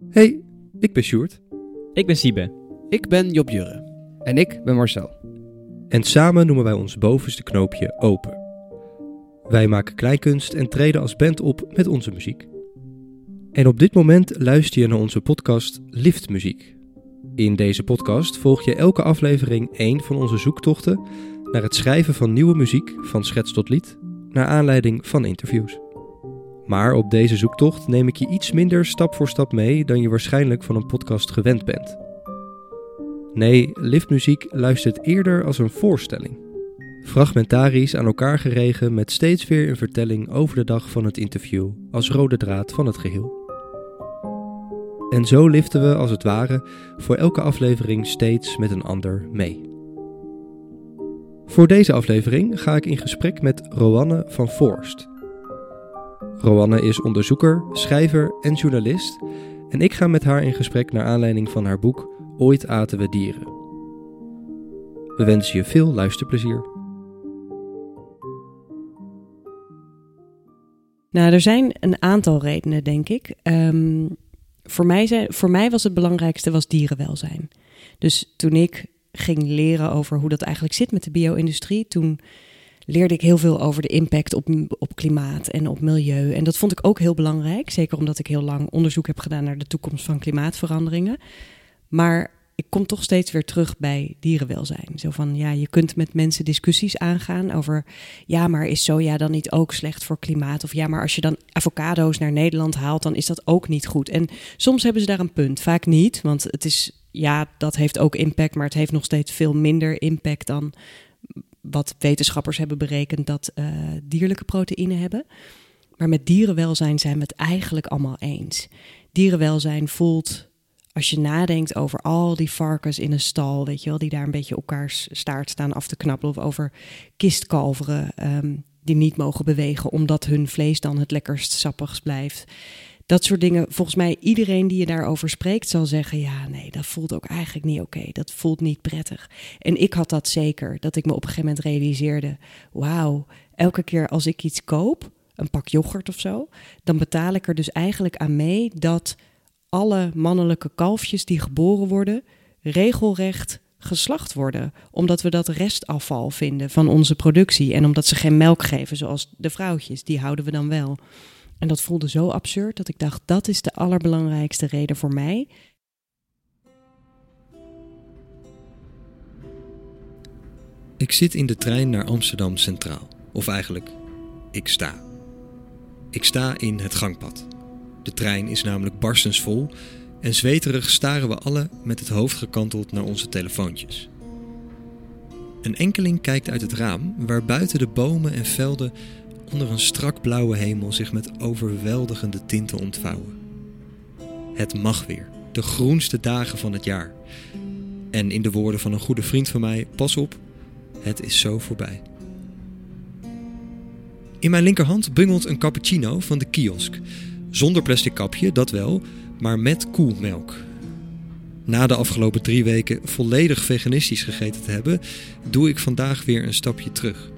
Hey, ik ben Sjoerd. Ik ben Siebe. Ik ben Job Jurre. En ik ben Marcel. En samen noemen wij ons bovenste knoopje Open. Wij maken kleinkunst en treden als band op met onze muziek. En op dit moment luister je naar onze podcast Liftmuziek. In deze podcast volg je elke aflevering één van onze zoektochten naar het schrijven van nieuwe muziek van schets tot lied, naar aanleiding van interviews. Maar op deze zoektocht neem ik je iets minder stap voor stap mee dan je waarschijnlijk van een podcast gewend bent. Nee, Liftmuziek luistert eerder als een voorstelling. Fragmentarisch aan elkaar geregen met steeds weer een vertelling over de dag van het interview als rode draad van het geheel. En zo liften we als het ware voor elke aflevering steeds met een ander mee. Voor deze aflevering ga ik in gesprek met Roanne van Voorst. Roanne is onderzoeker, schrijver en journalist en ik ga met haar in gesprek naar aanleiding van haar boek Ooit aten we dieren. We wensen je veel luisterplezier. Nou, er zijn een aantal redenen, denk ik. Voor mij was het belangrijkste dierenwelzijn. Dus toen ik ging leren over hoe dat eigenlijk zit met de bio-industrie, toen leerde ik heel veel over de impact op klimaat en op milieu. En dat vond ik ook heel belangrijk, zeker omdat ik heel lang onderzoek heb gedaan naar de toekomst van klimaatveranderingen. Maar ik kom toch steeds weer terug bij dierenwelzijn. Zo van, ja, je kunt met mensen discussies aangaan over, ja, maar is soja dan niet ook slecht voor klimaat? Of ja, maar als je dan avocado's naar Nederland haalt, dan is dat ook niet goed. En soms hebben ze daar een punt, vaak niet. Want het is, ja, dat heeft ook impact, maar het heeft nog steeds veel minder impact dan wat wetenschappers hebben berekend dat dierlijke proteïne hebben. Maar met dierenwelzijn zijn we het eigenlijk allemaal eens. Dierenwelzijn voelt, als je nadenkt over al die varkens in een stal, weet je wel, die daar een beetje elkaars staart staan af te knabbelen, of over kistkalveren die niet mogen bewegen omdat hun vlees dan het lekkerst sappigst blijft. Dat soort dingen, volgens mij iedereen die je daarover spreekt zal zeggen, ja, nee, dat voelt ook eigenlijk niet oké. Dat voelt niet prettig. En ik had dat zeker, dat ik me op een gegeven moment realiseerde, wauw, elke keer als ik iets koop, een pak yoghurt of zo, dan betaal ik er dus eigenlijk aan mee dat alle mannelijke kalfjes die geboren worden regelrecht geslacht worden, omdat we dat restafval vinden van onze productie en omdat ze geen melk geven zoals de vrouwtjes, die houden we dan wel. En dat voelde zo absurd dat ik dacht, dat is de allerbelangrijkste reden voor mij. Ik zit in de trein naar Amsterdam Centraal. Of eigenlijk, ik sta. Ik sta in het gangpad. De trein is namelijk barstensvol en zweterig staren we alle met het hoofd gekanteld naar onze telefoontjes. Een enkeling kijkt uit het raam waar buiten de bomen en velden onder een strak blauwe hemel zich met overweldigende tinten ontvouwen. Het mag weer, de groenste dagen van het jaar. En in de woorden van een goede vriend van mij, pas op, het is zo voorbij. In mijn linkerhand bungelt een cappuccino van de kiosk. Zonder plastic kapje, dat wel, maar met koelmelk. Na de afgelopen 3 weken volledig veganistisch gegeten te hebben, doe ik vandaag weer een stapje terug.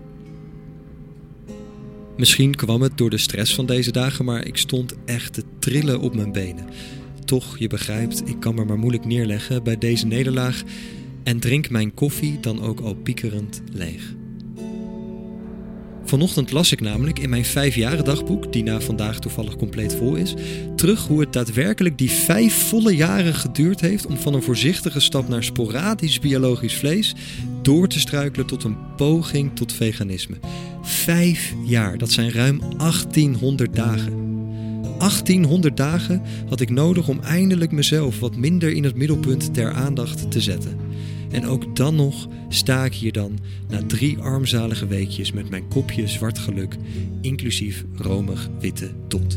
Misschien kwam het door de stress van deze dagen, maar ik stond echt te trillen op mijn benen. Toch, je begrijpt, ik kan me maar moeilijk neerleggen bij deze nederlaag en drink mijn koffie dan ook al piekerend leeg. Vanochtend las ik namelijk in mijn 5-jaren dagboek, die na vandaag toevallig compleet vol is, terug hoe het daadwerkelijk die 5 volle jaren geduurd heeft om van een voorzichtige stap naar sporadisch biologisch vlees door te struikelen tot een poging tot veganisme. 5 jaar, dat zijn ruim 1800 dagen. 1800 dagen had ik nodig om eindelijk mezelf wat minder in het middelpunt ter aandacht te zetten. En ook dan nog sta ik hier dan na 3 armzalige weekjes met mijn kopje zwart geluk, inclusief romig witte dot.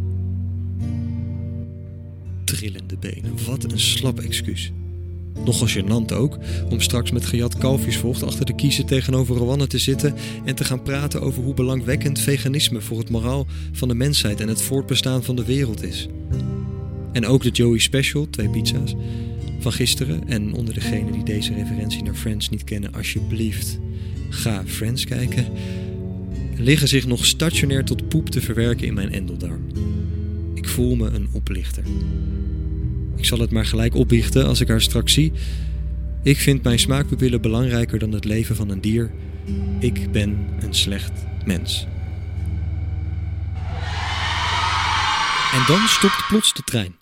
Trillende benen, wat een slap excuus. Nogal gênant ook, om straks met gejat kalfjesvocht achter de kiezen tegenover Roanne te zitten en te gaan praten over hoe belangwekkend veganisme voor het moraal van de mensheid en het voortbestaan van de wereld is. En ook de Joey Special, 2 pizza's, van gisteren. En onder degenen die deze referentie naar Friends niet kennen, alsjeblieft, ga Friends kijken. Liggen zich nog stationair tot poep te verwerken in mijn endeldarm. Ik voel me een oplichter. Ik zal het maar gelijk opbiechten als ik haar straks zie. Ik vind mijn smaakpapillen belangrijker dan het leven van een dier. Ik ben een slecht mens. En dan stopt plots de trein.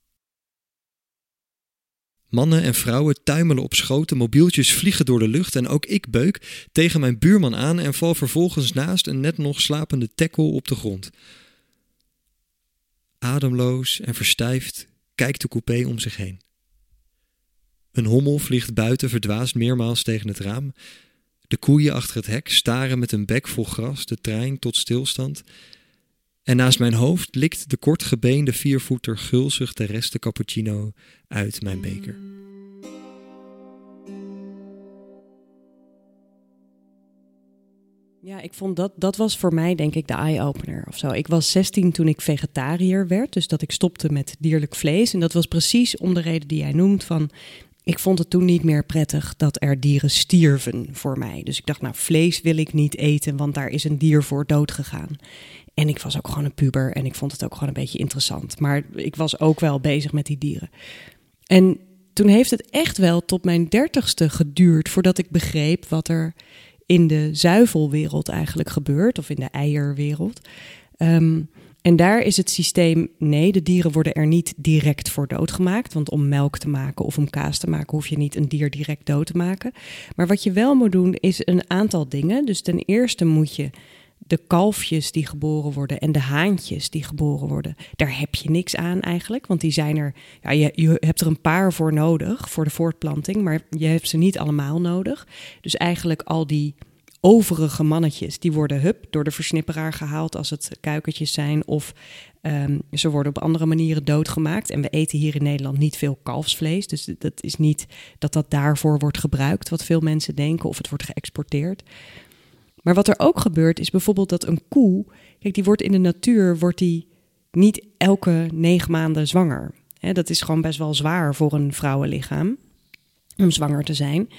Mannen en vrouwen tuimelen op schoten, mobieltjes vliegen door de lucht en ook ik beuk tegen mijn buurman aan en val vervolgens naast een net nog slapende tackle op de grond. Ademloos en verstijfd kijkt de coupé om zich heen. Een hommel vliegt buiten verdwaasd meermaals tegen het raam. De koeien achter het hek staren met een bek vol gras de trein tot stilstand. En naast mijn hoofd likt de kortgebeende viervoeter gulzig de resten cappuccino uit mijn beker. Ja, ik vond dat was voor mij denk ik de eye-opener of zo. Ik was 16 toen ik vegetariër werd, dus dat ik stopte met dierlijk vlees. En dat was precies om de reden die jij noemt van... Ik vond het toen niet meer prettig dat er dieren stierven voor mij. Dus ik dacht, nou, vlees wil ik niet eten, want daar is een dier voor dood gegaan. En ik was ook gewoon een puber en ik vond het ook gewoon een beetje interessant. Maar ik was ook wel bezig met die dieren. En toen heeft het echt wel tot mijn 30ste geduurd voordat ik begreep wat er in de zuivelwereld eigenlijk gebeurt, of in de eierwereld. En daar is het systeem, nee, de dieren worden er niet direct voor doodgemaakt. Want om melk te maken of om kaas te maken hoef je niet een dier direct dood te maken. Maar wat je wel moet doen is een aantal dingen. Dus ten eerste moet je de kalfjes die geboren worden en de haantjes die geboren worden, daar heb je niks aan eigenlijk. Want die zijn er, ja, je hebt er een paar voor nodig voor de voortplanting, maar je hebt ze niet allemaal nodig. Dus eigenlijk al die overige mannetjes, die worden door de versnipperaar gehaald als het kuikentjes zijn of ze worden op andere manieren doodgemaakt. En we eten hier in Nederland niet veel kalfsvlees, dus dat is niet dat daarvoor wordt gebruikt, wat veel mensen denken, of het wordt geëxporteerd. Maar wat er ook gebeurt is bijvoorbeeld dat een koe, kijk, die wordt in de natuur niet elke 9 maanden zwanger. Dat is gewoon best wel zwaar voor een vrouwenlichaam om zwanger te zijn.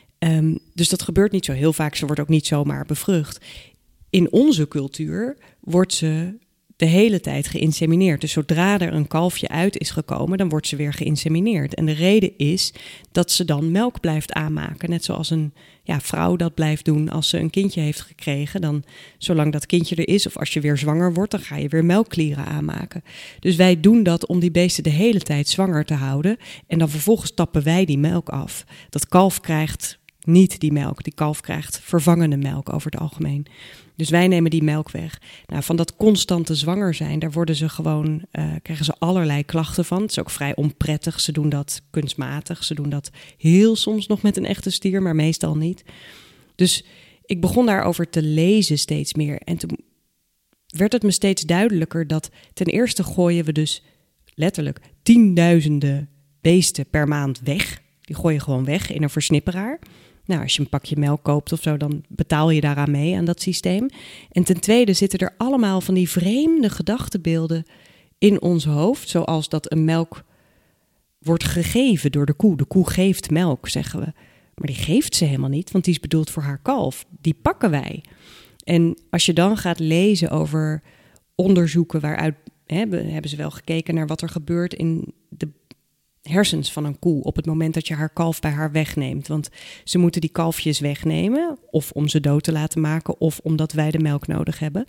Dus dat gebeurt niet zo heel vaak. Ze wordt ook niet zomaar bevrucht. In onze cultuur wordt ze de hele tijd geïnsemineerd. Dus zodra er een kalfje uit is gekomen, dan wordt ze weer geïnsemineerd. En de reden is dat ze dan melk blijft aanmaken. Net zoals een vrouw dat blijft doen als ze een kindje heeft gekregen. Dan, zolang dat kindje er is of als je weer zwanger wordt, dan ga je weer melkklieren aanmaken. Dus wij doen dat om die beesten de hele tijd zwanger te houden. En dan vervolgens tappen wij die melk af. Dat kalf krijgt niet die melk. Die kalf krijgt vervangende melk over het algemeen. Dus wij nemen die melk weg. Nou, van dat constante zwanger zijn, daar worden ze gewoon, krijgen ze allerlei klachten van. Het is ook vrij onprettig. Ze doen dat kunstmatig. Ze doen dat heel soms nog met een echte stier, maar meestal niet. Dus ik begon daarover te lezen steeds meer. En toen werd het me steeds duidelijker dat ten eerste gooien we dus letterlijk tienduizenden beesten per maand weg. Die gooi je gewoon weg in een versnipperaar. Nou, als je een pakje melk koopt of zo, dan betaal je daaraan mee aan dat systeem. En ten tweede zitten er allemaal van die vreemde gedachtebeelden in ons hoofd. Zoals dat een melk wordt gegeven door de koe. De koe geeft melk, zeggen we. Maar die geeft ze helemaal niet, want die is bedoeld voor haar kalf. Die pakken wij. En als je dan gaat lezen over onderzoeken waaruit hebben ze wel gekeken naar wat er gebeurt in de hersens van een koe op het moment dat je haar kalf bij haar wegneemt. Want ze moeten die kalfjes wegnemen, of om ze dood te laten maken, of omdat wij de melk nodig hebben.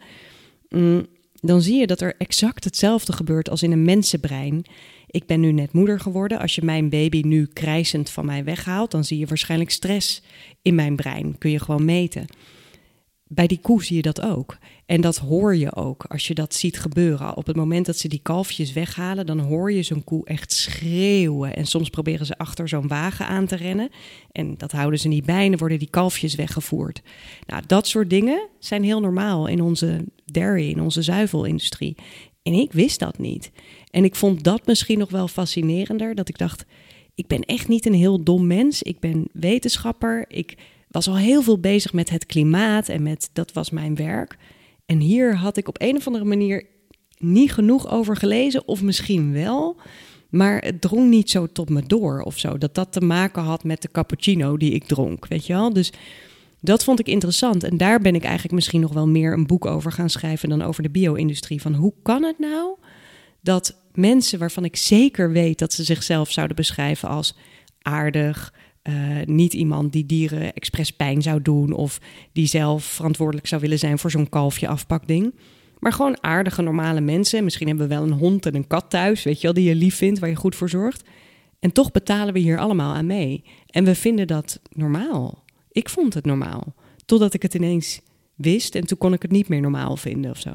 Dan zie je dat er exact hetzelfde gebeurt als in een mensenbrein. Ik ben nu net moeder geworden. Als je mijn baby nu krijsend van mij weghaalt, dan zie je waarschijnlijk stress in mijn brein. Kun je gewoon meten. Bij die koe zie je dat ook. En dat hoor je ook als je dat ziet gebeuren. Op het moment dat ze die kalfjes weghalen, dan hoor je zo'n koe echt schreeuwen. En soms proberen ze achter zo'n wagen aan te rennen. En dat houden ze niet bij en dan worden die kalfjes weggevoerd. Nou, dat soort dingen zijn heel normaal in onze dairy, in onze zuivelindustrie. En ik wist dat niet. En ik vond dat misschien nog wel fascinerender. Dat ik dacht, ik ben echt niet een heel dom mens. Ik ben wetenschapper. Ik was al heel veel bezig met het klimaat en dat was mijn werk. En hier had ik op een of andere manier niet genoeg over gelezen, of misschien wel, maar het drong niet zo tot me door of zo. Dat te maken had met de cappuccino die ik dronk, weet je wel. Dus dat vond ik interessant. En daar ben ik eigenlijk misschien nog wel meer een boek over gaan schrijven dan over de bio-industrie. Van hoe kan het nou dat mensen waarvan ik zeker weet dat ze zichzelf zouden beschrijven als aardig, niet iemand die dieren expres pijn zou doen of die zelf verantwoordelijk zou willen zijn voor zo'n kalfje afpakding. Maar gewoon aardige, normale mensen. Misschien hebben we wel een hond en een kat thuis, weet je wel, die je lief vindt, waar je goed voor zorgt. En toch betalen we hier allemaal aan mee. En we vinden dat normaal. Ik vond het normaal. Totdat ik het ineens wist en toen kon ik het niet meer normaal vinden of zo.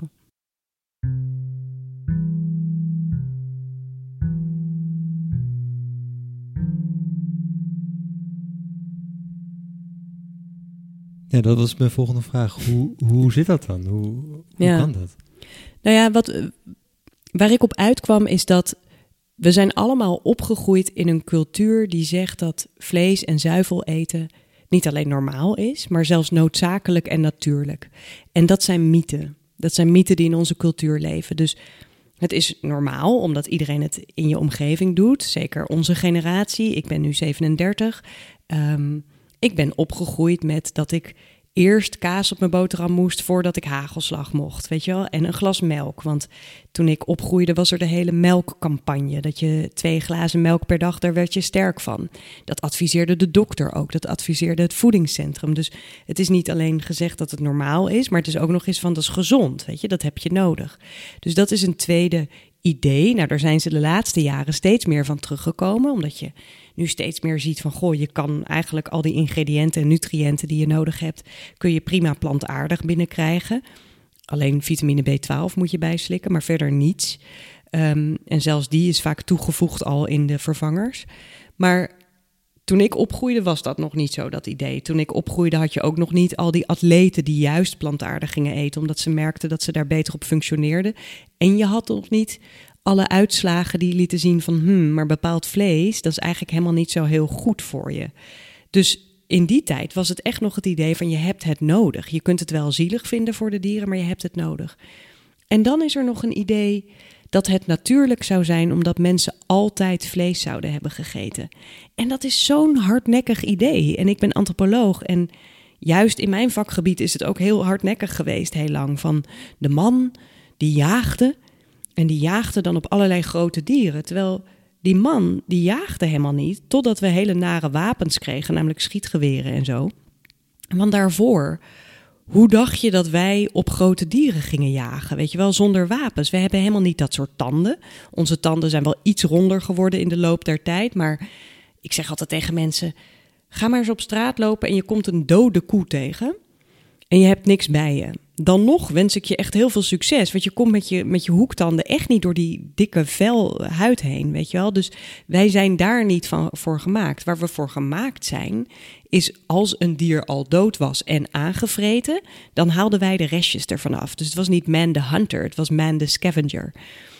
Ja, dat was mijn volgende vraag. Hoe zit dat dan? Hoe kan dat? Nou ja, waar ik op uitkwam is dat we zijn allemaal opgegroeid in een cultuur die zegt dat vlees en zuivel eten niet alleen normaal is, maar zelfs noodzakelijk en natuurlijk. En dat zijn mythen. Dat zijn mythen die in onze cultuur leven. Dus het is normaal, omdat iedereen het in je omgeving doet. Zeker onze generatie. Ik ben nu 37. Ik ben opgegroeid met dat ik eerst kaas op mijn boterham moest voordat ik hagelslag mocht, weet je wel? En een glas melk, want toen ik opgroeide was er de hele melkcampagne. Dat je 2 glazen melk per dag, daar werd je sterk van. Dat adviseerde de dokter ook, dat adviseerde het voedingscentrum. Dus het is niet alleen gezegd dat het normaal is, maar het is ook nog eens van dat is gezond, weet je? Dat heb je nodig. Dus dat is een tweede idee. Nou, daar zijn ze de laatste jaren steeds meer van teruggekomen, omdat je nu steeds meer ziet van, goh, je kan eigenlijk al die ingrediënten en nutriënten die je nodig hebt, kun je prima plantaardig binnenkrijgen. Alleen vitamine B12 moet je bijslikken, maar verder niets. En zelfs die is vaak toegevoegd al in de vervangers. Maar toen ik opgroeide was dat nog niet zo, dat idee. Toen ik opgroeide had je ook nog niet al die atleten die juist plantaardig gingen eten, omdat ze merkten dat ze daar beter op functioneerden. En je had nog niet alle uitslagen die lieten zien van, maar bepaald vlees, dat is eigenlijk helemaal niet zo heel goed voor je. Dus in die tijd was het echt nog het idee van je hebt het nodig. Je kunt het wel zielig vinden voor de dieren, maar je hebt het nodig. En dan is er nog een idee dat het natuurlijk zou zijn omdat mensen altijd vlees zouden hebben gegeten. En dat is zo'n hardnekkig idee. En ik ben antropoloog en juist in mijn vakgebied is het ook heel hardnekkig geweest heel lang. Van de man die jaagde en die jaagde dan op allerlei grote dieren. Terwijl die man die jaagde helemaal niet totdat we hele nare wapens kregen, namelijk schietgeweren en zo. Want daarvoor, hoe dacht je dat wij op grote dieren gingen jagen? Weet je wel, zonder wapens. We hebben helemaal niet dat soort tanden. Onze tanden zijn wel iets ronder geworden in de loop der tijd. Maar ik zeg altijd tegen mensen, ga maar eens op straat lopen en je komt een dode koe tegen en je hebt niks bij je. Dan nog wens ik je echt heel veel succes. Want je komt met je hoektanden echt niet door die dikke vel huid heen, weet je wel. Dus wij zijn daar niet voor gemaakt. Waar we voor gemaakt zijn, is als een dier al dood was en aangevreten, dan haalden wij de restjes ervan af. Dus het was niet man the hunter, het was man the scavenger.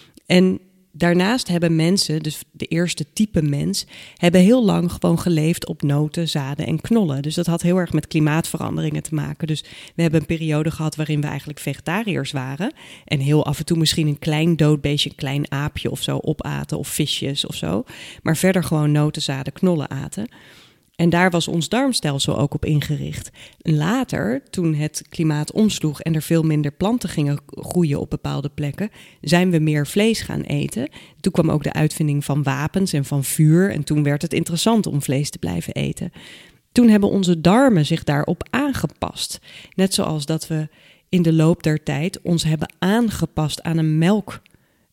En daarnaast hebben mensen, dus de eerste type mens, hebben heel lang gewoon geleefd op noten, zaden en knollen. Dus dat had heel erg met klimaatveranderingen te maken. Dus we hebben een periode gehad waarin we eigenlijk vegetariërs waren. En heel af en toe misschien een klein dood beestje, een klein aapje of zo opaten of visjes of zo. Maar verder gewoon noten, zaden, knollen aten. En daar was ons darmstelsel ook op ingericht. Later, toen het klimaat omsloeg en er veel minder planten gingen groeien op bepaalde plekken, zijn we meer vlees gaan eten. Toen kwam ook de uitvinding van wapens en van vuur en toen werd het interessant om vlees te blijven eten. Toen hebben onze darmen zich daarop aangepast. Net zoals dat we in de loop der tijd ons hebben aangepast aan een melk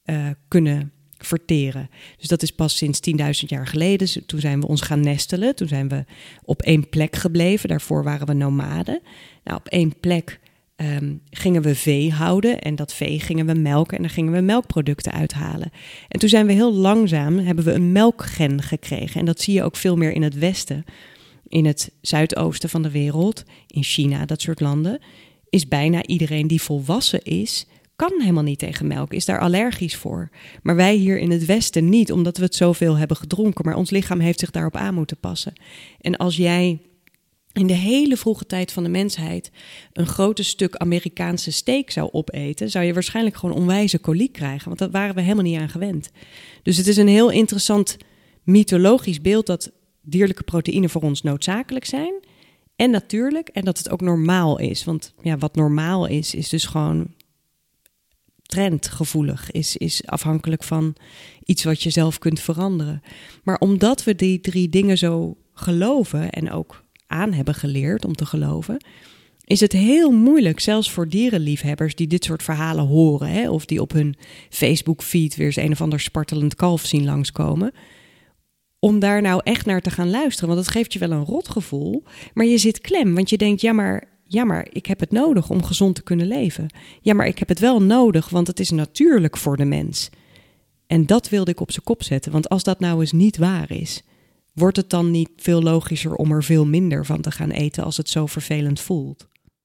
kunnen verteren. Dus dat is pas sinds 10.000 jaar geleden. Toen zijn we ons gaan nestelen. Toen zijn we op één plek gebleven. Daarvoor waren we nomaden. Nou, op één plek gingen we vee houden. En dat vee gingen we melken. En daar gingen we melkproducten uithalen. En toen zijn we heel langzaam, hebben we een melkgen gekregen. En dat zie je ook veel meer in het westen. In het zuidoosten van de wereld. In China, dat soort landen. Is bijna iedereen die volwassen is, kan helemaal niet tegen melk, is daar allergisch voor. Maar wij hier in het Westen niet, omdat we het zoveel hebben gedronken. Maar ons lichaam heeft zich daarop aan moeten passen. En als jij in de hele vroege tijd van de mensheid een grote stuk Amerikaanse steak zou opeten, zou je waarschijnlijk gewoon onwijze koliek krijgen. Want dat waren we helemaal niet aan gewend. Dus het is een heel interessant mythologisch beeld dat dierlijke proteïnen voor ons noodzakelijk zijn. En natuurlijk, en dat het ook normaal is. Want ja, wat normaal is dus gewoon trendgevoelig, is afhankelijk van iets wat je zelf kunt veranderen. Maar omdat we die 3 dingen zo geloven en ook aan hebben geleerd om te geloven, is het heel moeilijk, zelfs voor dierenliefhebbers die dit soort verhalen horen, hè, of die op hun Facebook-feed weer eens een of ander spartelend kalf zien langskomen, om daar nou echt naar te gaan luisteren. Want dat geeft je wel een rotgevoel, maar je zit klem, want je denkt, ja, maar ik heb het nodig om gezond te kunnen leven. Ja, maar ik heb het wel nodig, want het is natuurlijk voor de mens. En dat wilde ik op zijn kop zetten, want als dat nou eens niet waar is, wordt het dan niet veel logischer om er veel minder van te gaan eten als het zo vervelend voelt?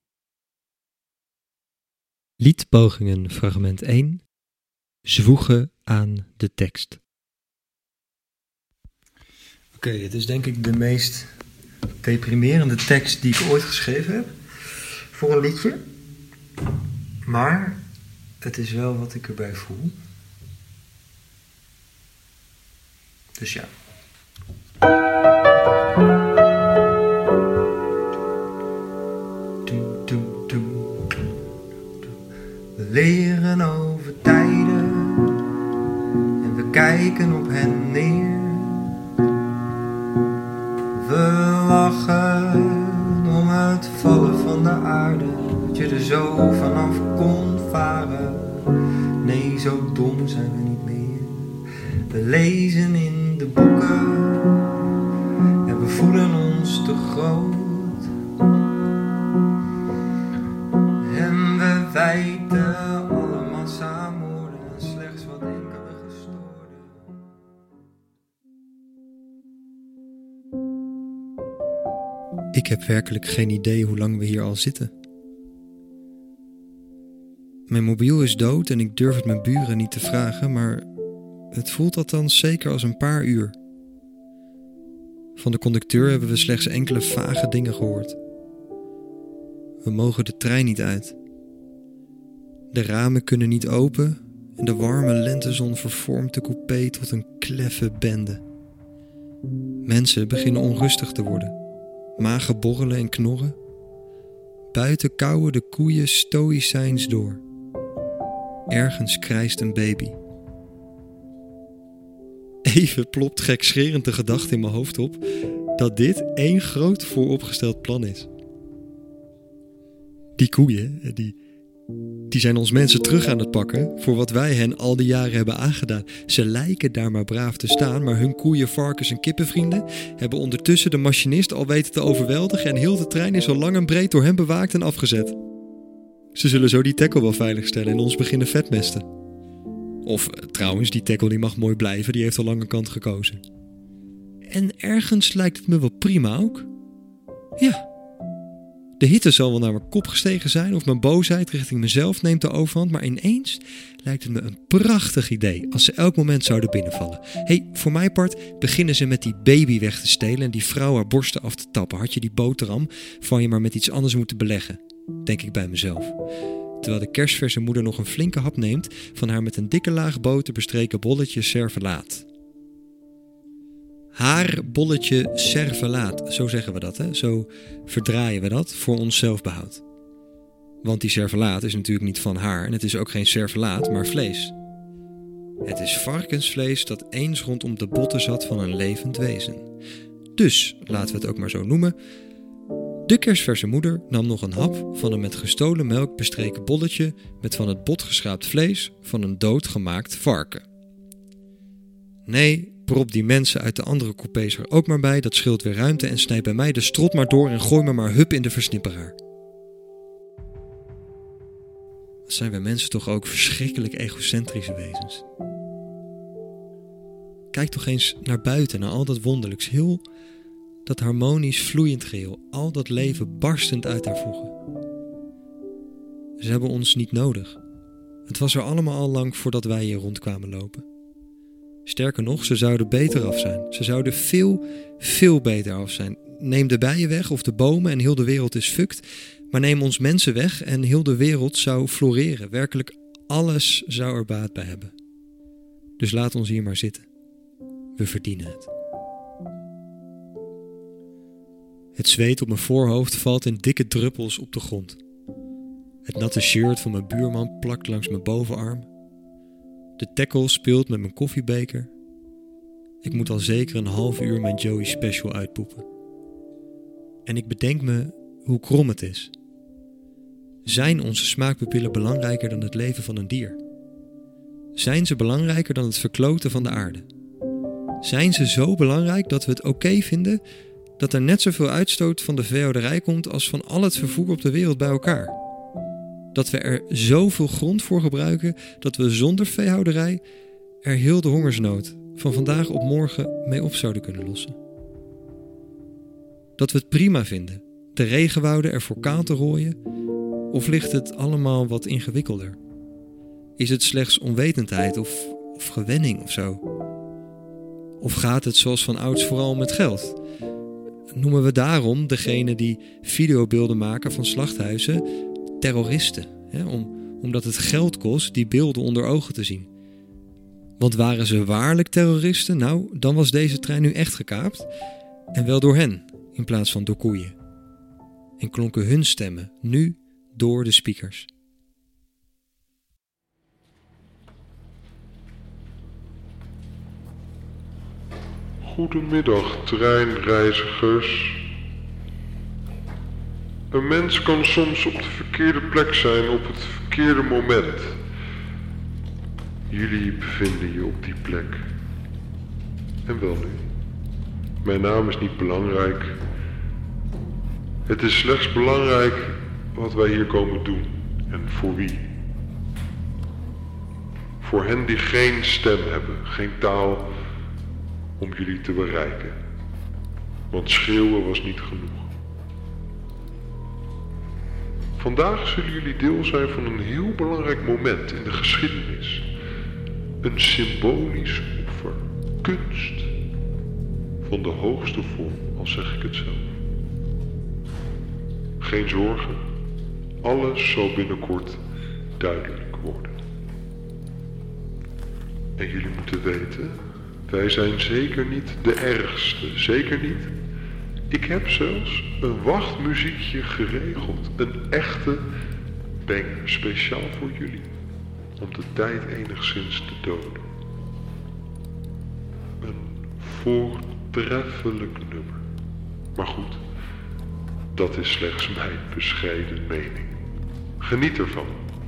Liedpogingen fragment 1. Zwoegen aan de tekst. Oké, het is denk ik de meest deprimerende tekst die ik ooit geschreven heb voor een liedje. Maar het is wel wat ik erbij voel. Dus ja. We leren over tijden en we kijken op hen neer. We lachen om het vallen van de aarde, dat je er zo vanaf kon varen. Nee, zo dom zijn we niet meer. We lezen in de boeken en we voelen ons te groot. En we wijten alle massamoorden en slechts wat enkele gestoorden. Ik heb werkelijk geen idee hoe lang we hier al zitten. Mijn mobiel is dood en ik durf het mijn buren niet te vragen, maar het voelt althans zeker als een paar uur. Van de conducteur hebben we slechts enkele vage dingen gehoord. We mogen de trein niet uit. De ramen kunnen niet open en de warme lentezon vervormt de coupé tot een kleffe bende. Mensen beginnen onrustig te worden. Magen borrelen en knorren. Buiten kauwen de koeien stoïcijns door. Ergens krijst een baby. Even plopt gekscherend de gedachte in mijn hoofd op dat dit één groot vooropgesteld plan is. Die koeien, die zijn ons mensen terug aan het pakken voor wat wij hen al die jaren hebben aangedaan. Ze lijken daar maar braaf te staan, maar hun koeien, varkens en kippenvrienden hebben ondertussen de machinist al weten te overweldigen en heel de trein is al lang en breed door hen bewaakt en afgezet. Ze zullen zo die tackle wel veiligstellen en ons beginnen vetmesten. Of trouwens, die tackle die mag mooi blijven, die heeft al lang een kant gekozen. En ergens lijkt het me wel prima ook. Ja. De hitte zal wel naar mijn kop gestegen zijn of mijn boosheid richting mezelf neemt de overhand, maar ineens lijkt het me een prachtig idee als ze elk moment zouden binnenvallen. Voor mijn part beginnen ze met die baby weg te stelen en die vrouw haar borsten af te tappen. Had je die boterham van je maar met iets anders moeten beleggen, denk ik bij mezelf. Terwijl de kerstverse moeder nog een flinke hap neemt van haar met een dikke laag boter bestreken bolletje servelaat. Haar bolletje servelaat, zo zeggen we dat, hè? Zo verdraaien we dat voor ons zelfbehoud. Want die servelaat is natuurlijk niet van haar en het is ook geen servelaat, maar vlees. Het is varkensvlees dat eens rondom de botten zat van een levend wezen. Dus, laten we het ook maar zo noemen, de kerstverse moeder nam nog een hap van een met gestolen melk bestreken bolletje met van het bot geschraapt vlees van een doodgemaakt varken. Nee, prop die mensen uit de andere coupés er ook maar bij, dat scheelt weer ruimte en snijd bij mij de strot maar door en gooi me maar hup in de versnipperaar. Wat zijn wij mensen toch ook verschrikkelijk egocentrische wezens. Kijk toch eens naar buiten, naar al dat wonderlijks, heel dat harmonisch vloeiend geheel, al dat leven barstend uit haar voegen. Ze hebben ons niet nodig. Het was er allemaal al lang voordat wij hier rondkwamen lopen. Sterker nog, ze zouden beter af zijn. Ze zouden veel, veel beter af zijn. Neem de bijen weg of de bomen en heel de wereld is fucked. Maar neem ons mensen weg en heel de wereld zou floreren. Werkelijk alles zou er baat bij hebben. Dus laat ons hier maar zitten. We verdienen het. Het zweet op mijn voorhoofd valt in dikke druppels op de grond. Het natte shirt van mijn buurman plakt langs mijn bovenarm. De tackle speelt met mijn koffiebeker. Ik moet al zeker een half uur mijn Joey Special uitpoepen. En ik bedenk me hoe krom het is. Zijn onze smaakpapillen belangrijker dan het leven van een dier? Zijn ze belangrijker dan het verkloten van de aarde? Zijn ze zo belangrijk dat we het oké vinden dat er net zoveel uitstoot van de veehouderij komt als van al het vervoer op de wereld bij elkaar? Dat we er zoveel grond voor gebruiken dat we zonder veehouderij er heel de hongersnood van vandaag op morgen mee op zouden kunnen lossen? Dat we het prima vinden de regenwouden ervoor kaal te rooien, of ligt het allemaal wat ingewikkelder? Is het slechts onwetendheid of gewenning of zo? Of gaat het zoals van ouds vooral met geld? Noemen we daarom degene die videobeelden maken van slachthuizen terroristen? Omdat het geld kost die beelden onder ogen te zien. Want waren ze waarlijk terroristen? Nou, dan was deze trein nu echt gekaapt. En wel door hen, in plaats van door koeien. En klonken hun stemmen nu door de speakers. Goedemiddag, treinreizigers. Een mens kan soms op de verkeerde plek zijn op het verkeerde moment. Jullie bevinden je op die plek. En wel nu. Mijn naam is niet belangrijk. Het is slechts belangrijk wat wij hier komen doen en voor wie. Voor hen die geen stem hebben, geen taal om jullie te bereiken. Want schreeuwen was niet genoeg. Vandaag zullen jullie deel zijn van een heel belangrijk moment in de geschiedenis. Een symbolisch offer, kunst. Van de hoogste vorm, al zeg ik het zelf. Geen zorgen, alles zal binnenkort duidelijk worden. En jullie moeten weten, wij zijn zeker niet de ergste, zeker niet. Ik heb zelfs een wachtmuziekje geregeld, een echte banger, speciaal voor jullie, om de tijd enigszins te doden. Een voortreffelijk nummer. Maar goed, dat is slechts mijn bescheiden mening. Geniet ervan.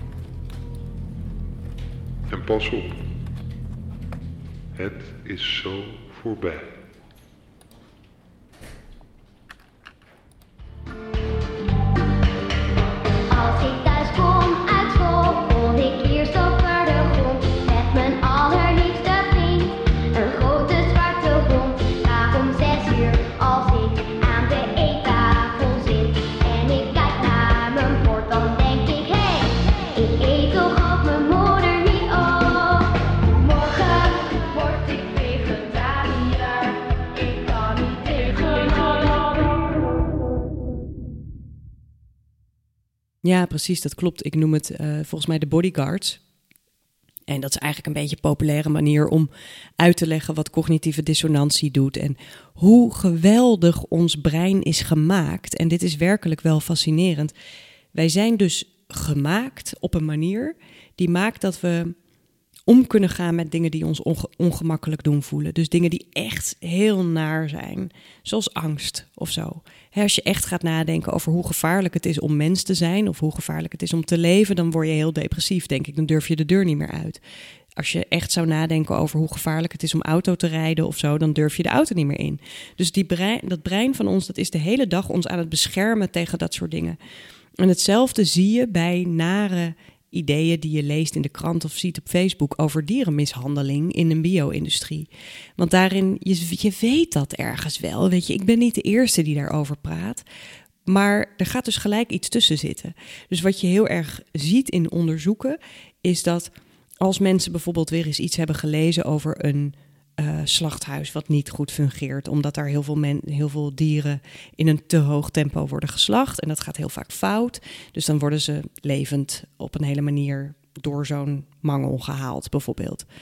En pas op. Het is zo voorbij. Als ik thuis kom uit school, kom ik eerst over de grond met mijn allerliefste vriend, een grote zwarte hond. Vaak om 6 uur als ik aan de eettafel zit en ik kijk naar mijn bord, dan denk ik, hey, ik eet toch ook mijn moeder niet op. Morgen word ik vegetariër, ik kan niet tegen. Ja, precies, dat klopt. Ik noem het volgens mij de bodyguards. En dat is eigenlijk een beetje een populaire manier om uit te leggen wat cognitieve dissonantie doet en hoe geweldig ons brein is gemaakt. En dit is werkelijk wel fascinerend. Wij zijn dus gemaakt op een manier die maakt dat we om kunnen gaan met dingen die ons ongemakkelijk doen voelen. Dus dingen die echt heel naar zijn, zoals angst of zo. Als je echt gaat nadenken over hoe gevaarlijk het is om mens te zijn of hoe gevaarlijk het is om te leven, dan word je heel depressief, denk ik. Dan durf je de deur niet meer uit. Als je echt zou nadenken over hoe gevaarlijk het is om auto te rijden of zo, dan durf je de auto niet meer in. Dus dat brein van ons, dat is de hele dag ons aan het beschermen tegen dat soort dingen. En hetzelfde zie je bij nare ideeën die je leest in de krant of ziet op Facebook over dierenmishandeling in de bio-industrie. Want daarin, je weet dat ergens wel. Weet je, ik ben niet de eerste die daarover praat. Maar er gaat dus gelijk iets tussen zitten. Dus wat je heel erg ziet in onderzoeken is dat als mensen bijvoorbeeld weer eens iets hebben gelezen over een slachthuis wat niet goed fungeert, omdat daar heel veel dieren in een te hoog tempo worden geslacht. En dat gaat heel vaak fout. Dus dan worden ze levend op een hele manier door zo'n mangel gehaald, bijvoorbeeld.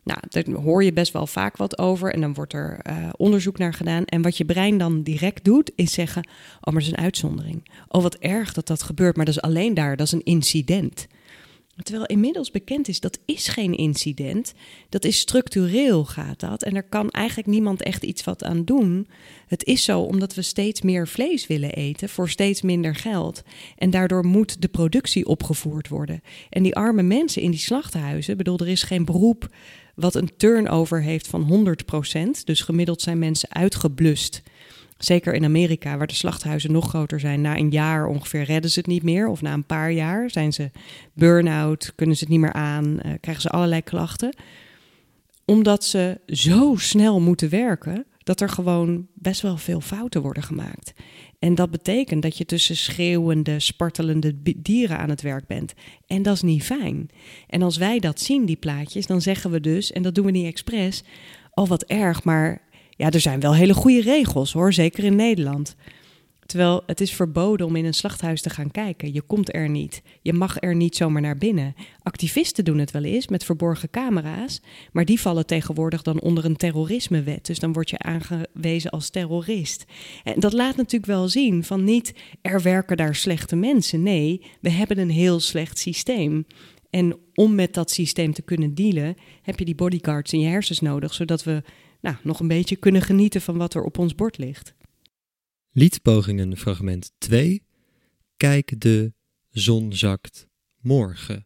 Nou, daar hoor je best wel vaak wat over en dan wordt er onderzoek naar gedaan. En wat je brein dan direct doet, is zeggen, oh, maar dat is een uitzondering. Oh, wat erg dat dat gebeurt, maar dat is alleen daar, dat is een incident. Terwijl inmiddels bekend is, dat is geen incident. Dat is structureel, gaat dat. En daar kan eigenlijk niemand echt iets wat aan doen. Het is zo omdat we steeds meer vlees willen eten voor steeds minder geld. En daardoor moet de productie opgevoerd worden. En die arme mensen in die slachthuizen, bedoel, er is geen beroep wat een turnover heeft van 100%. Dus gemiddeld zijn mensen uitgeblust. Zeker in Amerika, waar de slachthuizen nog groter zijn. Na een jaar ongeveer redden ze het niet meer. Of na een paar jaar zijn ze burn-out, kunnen ze het niet meer aan, krijgen ze allerlei klachten. Omdat ze zo snel moeten werken, dat er gewoon best wel veel fouten worden gemaakt. En dat betekent dat je tussen schreeuwende, spartelende dieren aan het werk bent. En dat is niet fijn. En als wij dat zien, die plaatjes, dan zeggen we dus, en dat doen we niet expres, oh wat erg, maar ja, er zijn wel hele goede regels hoor, zeker in Nederland. Terwijl het is verboden om in een slachthuis te gaan kijken. Je komt er niet. Je mag er niet zomaar naar binnen. Activisten doen het wel eens met verborgen camera's, maar die vallen tegenwoordig dan onder een terrorismewet. Dus dan word je aangewezen als terrorist. En dat laat natuurlijk wel zien van niet, er werken daar slechte mensen. Nee, we hebben een heel slecht systeem. En om met dat systeem te kunnen dealen, heb je die bodyguards in je hersens nodig, zodat we nog een beetje kunnen genieten van wat er op ons bord ligt. Liedpogingen fragment 2. Kijk, de zon zakt morgen.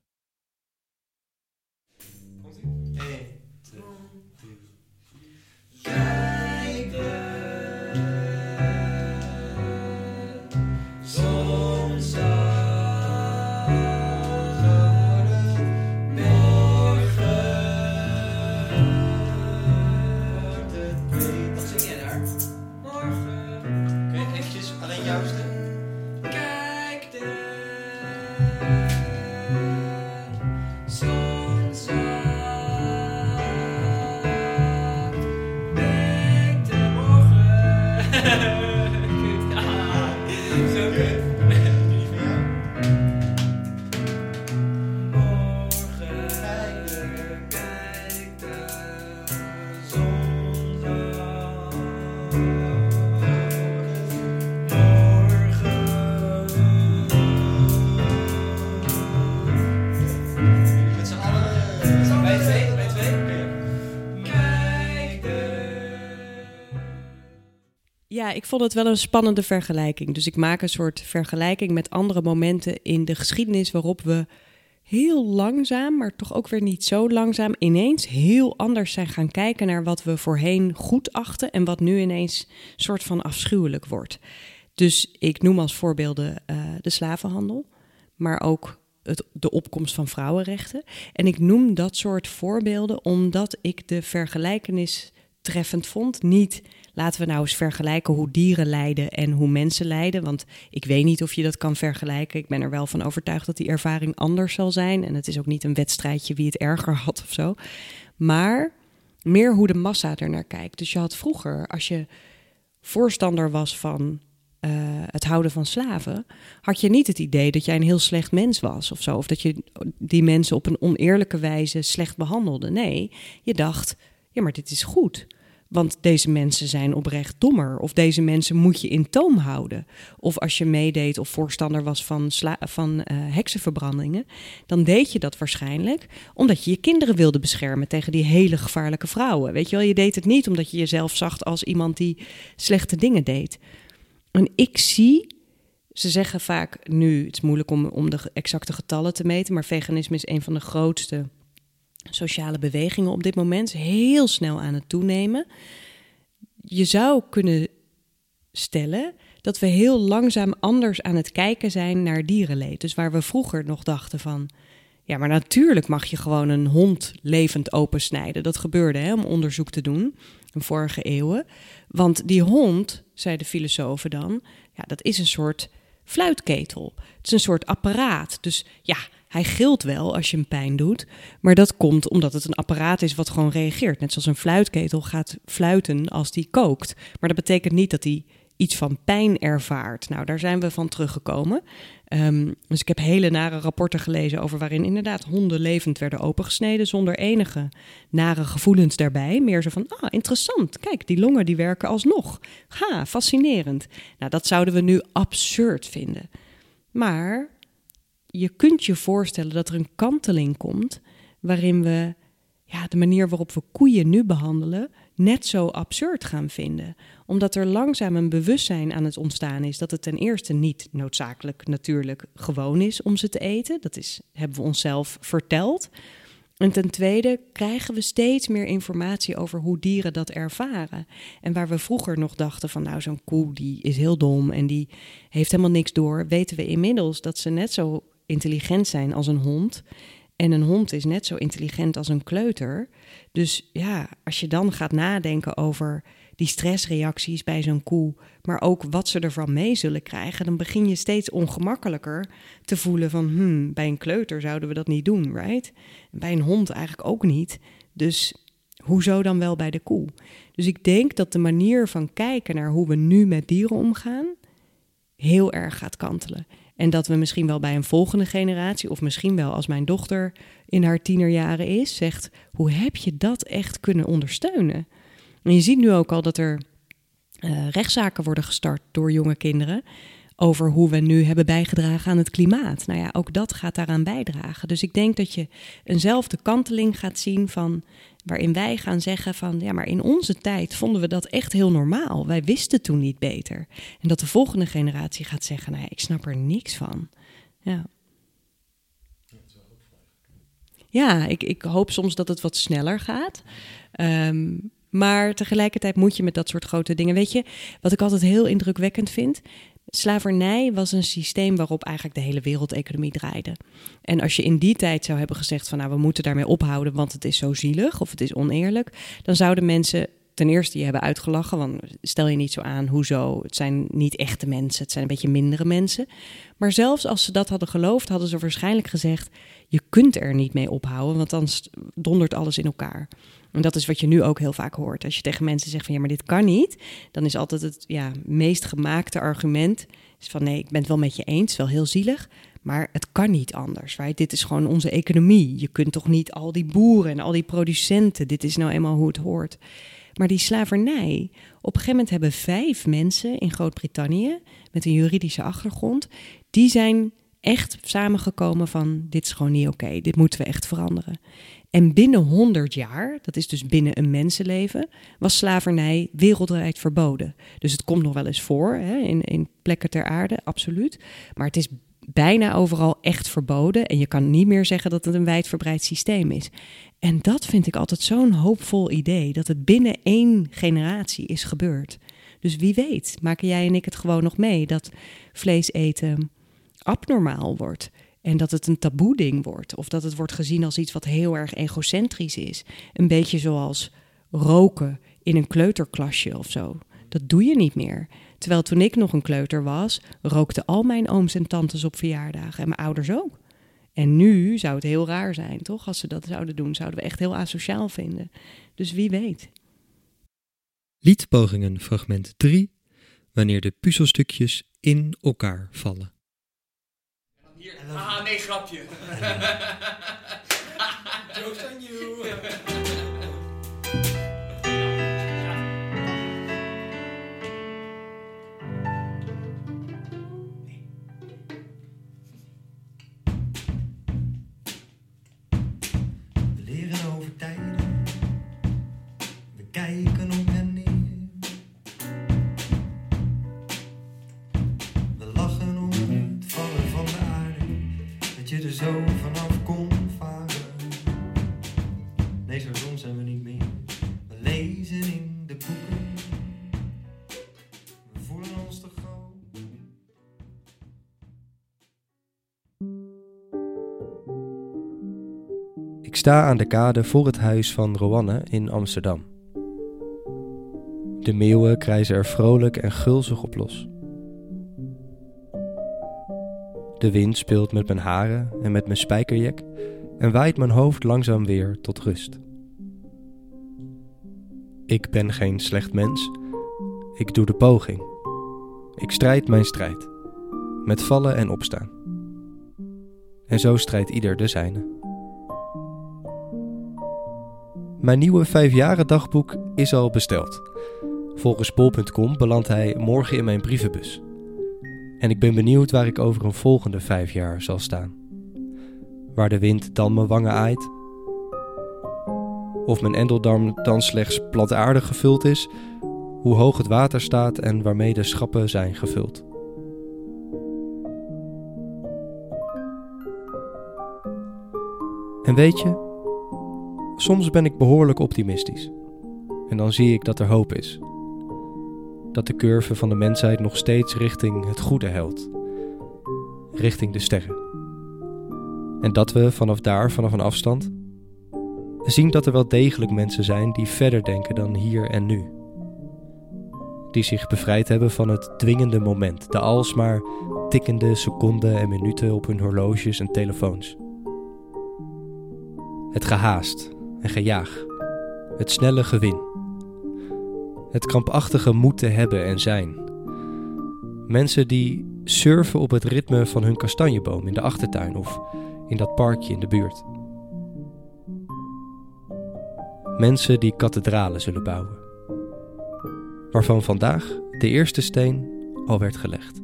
Kijk, de zon zakt morgen. Wat zing jij daar? Morgen. Kun je eventjes alleen juiste? Kijk, de zon zakt. Met de morgen. Kut. Ah, zo kut. Jullie van jou. Morgen. Kijk, de zon zakt. Met z'n allen. Bij twee. Kijk Ja, ik vond het wel een spannende vergelijking. Dus ik maak een soort vergelijking met andere momenten in de geschiedenis waarop we heel langzaam, maar toch ook weer niet zo langzaam, ineens heel anders zijn gaan kijken naar wat we voorheen goed achten en wat nu ineens soort van afschuwelijk wordt. Dus ik noem als voorbeelden de slavenhandel, maar ook de opkomst van vrouwenrechten. En ik noem dat soort voorbeelden omdat ik de vergelijkenis treffend vond. Niet, laten we nou eens vergelijken hoe dieren lijden en hoe mensen lijden. Want ik weet niet of je dat kan vergelijken. Ik ben er wel van overtuigd dat die ervaring anders zal zijn. En het is ook niet een wedstrijdje wie het erger had of zo. Maar meer hoe de massa er naar kijkt. Dus je had vroeger, als je voorstander was van het houden van slaven, had je niet het idee dat jij een heel slecht mens was of zo. Of dat je die mensen op een oneerlijke wijze slecht behandelde. Nee, je dacht, ja, maar dit is goed. Want deze mensen zijn oprecht dommer. Of deze mensen moet je in toom houden. Of als je meedeed of voorstander was van heksenverbrandingen, dan deed je dat waarschijnlijk omdat je je kinderen wilde beschermen tegen die hele gevaarlijke vrouwen. Weet je wel, je deed het niet omdat je jezelf zag als iemand die slechte dingen deed. En ik zie, ze zeggen vaak nu, het is moeilijk om de exacte getallen te meten, maar veganisme is een van de grootste sociale bewegingen op dit moment, heel snel aan het toenemen. Je zou kunnen stellen dat we heel langzaam anders aan het kijken zijn naar dierenleed. Dus waar we vroeger nog dachten van, ja, maar natuurlijk mag je gewoon een hond levend opensnijden. Dat gebeurde om onderzoek te doen in vorige eeuwen. Want die hond, zei de filosofen dan, ja, dat is een soort fluitketel. Het is een soort apparaat. Dus ja, hij gilt wel als je hem pijn doet, maar dat komt omdat het een apparaat is wat gewoon reageert. Net zoals een fluitketel gaat fluiten als die kookt. Maar dat betekent niet dat hij iets van pijn ervaart. Nou, daar zijn we van teruggekomen. Dus ik heb hele nare rapporten gelezen over waarin inderdaad honden levend werden opengesneden zonder enige nare gevoelens daarbij. Meer zo van, interessant, kijk, die longen die werken alsnog. Fascinerend. Nou, dat zouden we nu absurd vinden. Maar je kunt je voorstellen dat er een kanteling komt waarin we de manier waarop we koeien nu behandelen net zo absurd gaan vinden. Omdat er langzaam een bewustzijn aan het ontstaan is dat het ten eerste niet noodzakelijk natuurlijk gewoon is om ze te eten. Dat hebben we onszelf verteld. En ten tweede krijgen we steeds meer informatie over hoe dieren dat ervaren. En waar we vroeger nog dachten van nou, zo'n koe die is heel dom en die heeft helemaal niks door, weten we inmiddels dat ze net zo intelligent zijn als een hond. En een hond is net zo intelligent als een kleuter. Dus ja, als je dan gaat nadenken over die stressreacties bij zo'n koe, maar ook wat ze ervan mee zullen krijgen, dan begin je steeds ongemakkelijker te voelen van bij een kleuter zouden we dat niet doen, right? Bij een hond eigenlijk ook niet. Dus hoezo dan wel bij de koe? Dus ik denk dat de manier van kijken naar hoe we nu met dieren omgaan heel erg gaat kantelen. En dat we misschien wel bij een volgende generatie, of misschien wel als mijn dochter in haar tienerjaren is, zegt, hoe heb je dat echt kunnen ondersteunen? En je ziet nu ook al dat er rechtszaken worden gestart door jonge kinderen over hoe we nu hebben bijgedragen aan het klimaat. Nou ja, ook dat gaat daaraan bijdragen. Dus ik denk dat je eenzelfde kanteling gaat zien van waarin wij gaan zeggen van ja, maar in onze tijd vonden we dat echt heel normaal. Wij wisten toen niet beter. En dat de volgende generatie gaat zeggen, nou ja, ik snap er niks van. Ja, ik hoop soms dat het wat sneller gaat. Maar tegelijkertijd moet je met dat soort grote dingen. Weet je, wat ik altijd heel indrukwekkend vind, slavernij was een systeem waarop eigenlijk de hele wereldeconomie draaide. En als je in die tijd zou hebben gezegd van nou, we moeten daarmee ophouden, want het is zo zielig of het is oneerlijk, dan zouden mensen ten eerste je hebben uitgelachen, want stel je niet zo aan, hoezo, het zijn niet echte mensen, het zijn een beetje mindere mensen. Maar zelfs als ze dat hadden geloofd, hadden ze waarschijnlijk gezegd, je kunt er niet mee ophouden, want dan dondert alles in elkaar. En dat is wat je nu ook heel vaak hoort. Als je tegen mensen zegt van ja, maar dit kan niet, dan is altijd het meest gemaakte argument is van nee, ik ben het wel met je eens, het is wel heel zielig, maar het kan niet anders. Right? Dit is gewoon onze economie. Je kunt toch niet al die boeren en al die producenten, dit is nou eenmaal hoe het hoort. Maar die slavernij, op een gegeven moment hebben 5 mensen in Groot-Brittannië met een juridische achtergrond, die zijn echt samengekomen van dit is gewoon niet oké, dit moeten we echt veranderen. En binnen 100 jaar, dat is dus binnen een mensenleven, was slavernij wereldwijd verboden. Dus het komt nog wel eens voor in plekken ter aarde, absoluut. Maar het is bijna overal echt verboden. En je kan niet meer zeggen dat het een wijdverbreid systeem is. En dat vind ik altijd zo'n hoopvol idee, dat het binnen 1 generatie is gebeurd. Dus wie weet, maken jij en ik het gewoon nog mee dat vlees eten abnormaal wordt. En dat het een taboe ding wordt. Of dat het wordt gezien als iets wat heel erg egocentrisch is. Een beetje zoals roken in een kleuterklasje of zo. Dat doe je niet meer. Terwijl toen ik nog een kleuter was, rookten al mijn ooms en tantes op verjaardagen. En mijn ouders ook. En nu zou het heel raar zijn, toch? Als ze dat zouden doen, zouden we echt heel asociaal vinden. Dus wie weet. Liedpogingen fragment 3. Wanneer de puzzelstukjes in elkaar vallen. Hier. Nee, grapje. Jokes on you. We leren over tijden. We kijken op en neer. We lachen om het vallen van de aarde. Dat je er zo vanaf kon varen. Nee, zo dom zijn we niet meer. We lezen in de boeken. We voelen ons te groot. Ik sta aan de kade voor het huis van Roanne in Amsterdam. De meeuwen krijzen er vrolijk en gulzig op los. De wind speelt met mijn haren en met mijn spijkerjek en waait mijn hoofd langzaam weer tot rust. Ik ben geen slecht mens. Ik doe de poging. Ik strijd mijn strijd, met vallen en opstaan. En zo strijdt ieder de zijne. Mijn nieuwe 5-jaren dagboek is al besteld. Volgens bol.com belandt hij morgen in mijn brievenbus. En ik ben benieuwd waar ik over een volgende 5 jaar zal staan. Waar de wind dan mijn wangen aait. Of mijn endeldarm dan slechts plantaardig gevuld is. Hoe hoog het water staat en waarmee de schappen zijn gevuld. En weet je, soms ben ik behoorlijk optimistisch. En dan zie ik dat er hoop is. Dat de curve van de mensheid nog steeds richting het goede helt. Richting de sterren. En dat we vanaf een afstand, zien dat er wel degelijk mensen zijn die verder denken dan hier en nu. Die zich bevrijd hebben van het dwingende moment, de alsmaar tikkende seconden en minuten op hun horloges en telefoons. Het gehaast en gejaag, het snelle gewin. Het krampachtige moeten hebben en zijn. Mensen die surfen op het ritme van hun kastanjeboom in de achtertuin of in dat parkje in de buurt. Mensen die kathedralen zullen bouwen. Waarvan vandaag de eerste steen al werd gelegd.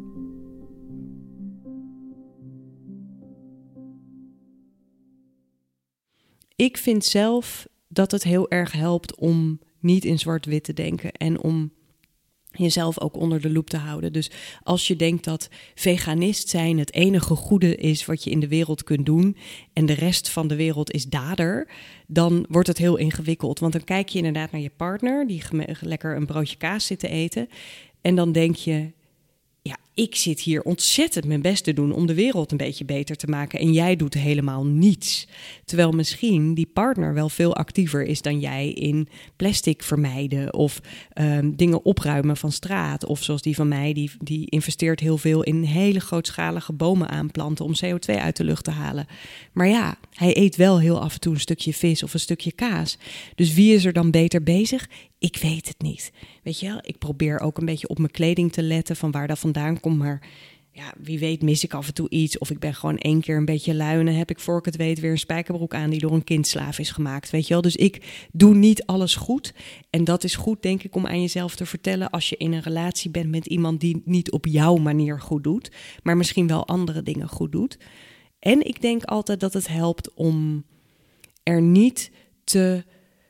Ik vind zelf dat het heel erg helpt om niet in zwart-wit te denken en om jezelf ook onder de loep te houden. Dus als je denkt dat veganist zijn het enige goede is wat je in de wereld kunt doen en de rest van de wereld is dader, dan wordt het heel ingewikkeld. Want dan kijk je inderdaad naar je partner die lekker een broodje kaas zit te eten en dan denk je, ja, ik zit hier ontzettend mijn best te doen om de wereld een beetje beter te maken en jij doet helemaal niets. Terwijl misschien die partner wel veel actiever is dan jij in plastic vermijden of dingen opruimen van straat. Of zoals die van mij, die investeert heel veel in hele grootschalige bomen aanplanten om CO2 uit de lucht te halen. Maar ja, hij eet wel heel af en toe een stukje vis of een stukje kaas. Dus wie is er dan beter bezig? Ik weet het niet. Weet je wel, ik probeer ook een beetje op mijn kleding te letten van waar dat vandaan komt. Maar ja, wie weet mis ik af en toe iets. Of ik ben gewoon 1 keer een beetje lui en dan heb ik voor ik het weet weer een spijkerbroek aan die door een kindslaaf is gemaakt. Weet je wel, dus ik doe niet alles goed. En dat is goed, denk ik, om aan jezelf te vertellen als je in een relatie bent met iemand die niet op jouw manier goed doet. Maar misschien wel andere dingen goed doet. En ik denk altijd dat het helpt om er niet te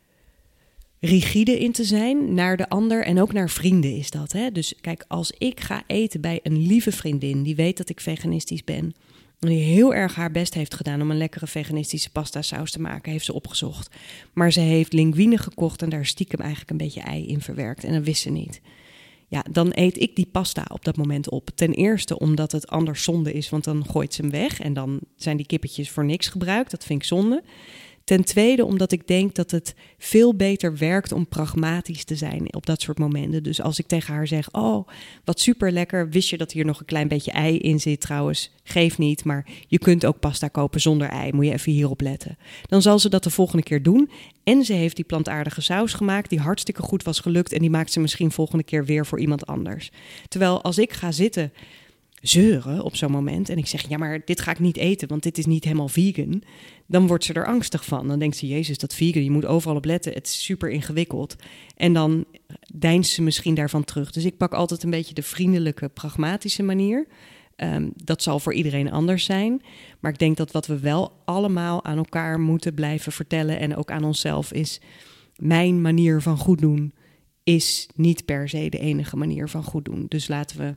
rigide in te zijn naar de ander en ook naar vrienden is dat. Hè? Dus kijk, als ik ga eten bij een lieve vriendin die weet dat ik veganistisch ben, die heel erg haar best heeft gedaan om een lekkere veganistische pasta saus te maken, heeft ze opgezocht. Maar ze heeft linguine gekocht en daar stiekem eigenlijk een beetje ei in verwerkt en dat wist ze niet. Ja, dan eet ik die pasta op dat moment op. Ten eerste omdat het anders zonde is, want dan gooit ze hem weg en dan zijn die kippetjes voor niks gebruikt. Dat vind ik zonde. Ten tweede omdat ik denk dat het veel beter werkt om pragmatisch te zijn op dat soort momenten. Dus als ik tegen haar zeg, oh, wat super lekker, wist je dat hier nog een klein beetje ei in zit trouwens? Geef niet, maar je kunt ook pasta kopen zonder ei, moet je even hierop letten. Dan zal ze dat de volgende keer doen. En ze heeft die plantaardige saus gemaakt die hartstikke goed was gelukt en die maakt ze misschien volgende keer weer voor iemand anders. Terwijl als ik ga zitten zeuren op zo'n moment en ik zeg, ja, maar dit ga ik niet eten, want dit is niet helemaal vegan, dan wordt ze er angstig van. Dan denkt ze, jezus, dat vegan, je moet overal op letten, het is super ingewikkeld. En dan deinst ze misschien daarvan terug. Dus ik pak altijd een beetje de vriendelijke, pragmatische manier. Dat zal voor iedereen anders zijn. Maar ik denk dat wat we wel allemaal aan elkaar moeten blijven vertellen en ook aan onszelf is, mijn manier van goed doen is niet per se de enige manier van goed doen. Dus laten we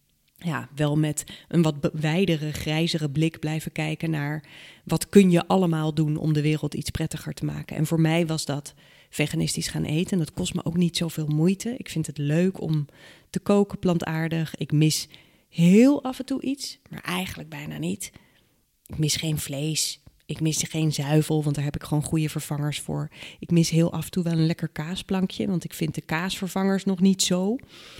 wel met een wat wijdere, grijzere blik blijven kijken naar wat kun je allemaal doen om de wereld iets prettiger te maken. En voor mij was dat veganistisch gaan eten. Dat kost me ook niet zoveel moeite. Ik vind het leuk om te koken plantaardig. Ik mis heel af en toe iets, maar eigenlijk bijna niet. Ik mis geen vlees. Ik mis geen zuivel, want daar heb ik gewoon goede vervangers voor. Ik mis heel af en toe wel een lekker kaasplankje, want ik vind de kaasvervangers nog niet zo.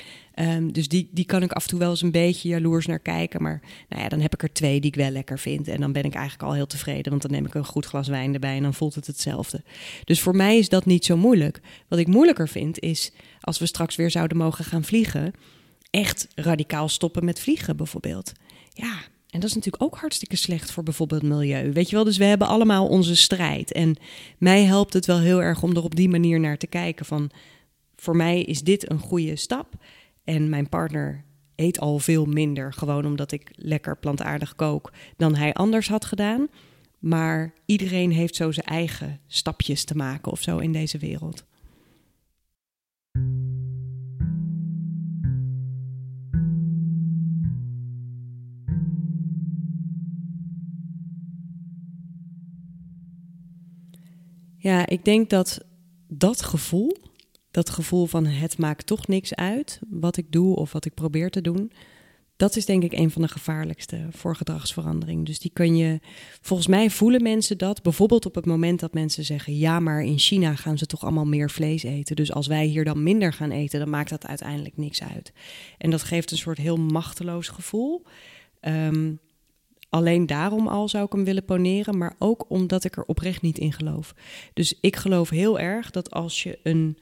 Dus die kan ik af en toe wel eens een beetje jaloers naar kijken. Maar dan heb ik er 2 die ik wel lekker vind. En dan ben ik eigenlijk al heel tevreden. Want dan neem ik een goed glas wijn erbij en dan voelt het hetzelfde. Dus voor mij is dat niet zo moeilijk. Wat ik moeilijker vind is, als we straks weer zouden mogen gaan vliegen echt radicaal stoppen met vliegen bijvoorbeeld. Ja, en dat is natuurlijk ook hartstikke slecht voor bijvoorbeeld het milieu. Weet je wel, dus we hebben allemaal onze strijd. En mij helpt het wel heel erg om er op die manier naar te kijken van, voor mij is dit een goede stap. En mijn partner eet al veel minder, gewoon omdat ik lekker plantaardig kook, dan hij anders had gedaan. Maar iedereen heeft zo zijn eigen stapjes te maken of zo in deze wereld. Ja, ik denk dat gevoel van het maakt toch niks uit wat ik doe of wat ik probeer te doen, dat is denk ik een van de gevaarlijkste voor gedragsverandering. Dus die kun je, volgens mij voelen mensen dat, bijvoorbeeld op het moment dat mensen zeggen, ja, maar in China gaan ze toch allemaal meer vlees eten. Dus als wij hier dan minder gaan eten, dan maakt dat uiteindelijk niks uit. En dat geeft een soort heel machteloos gevoel. Alleen daarom al zou ik hem willen poneren, maar ook omdat ik er oprecht niet in geloof. Dus ik geloof heel erg dat als je een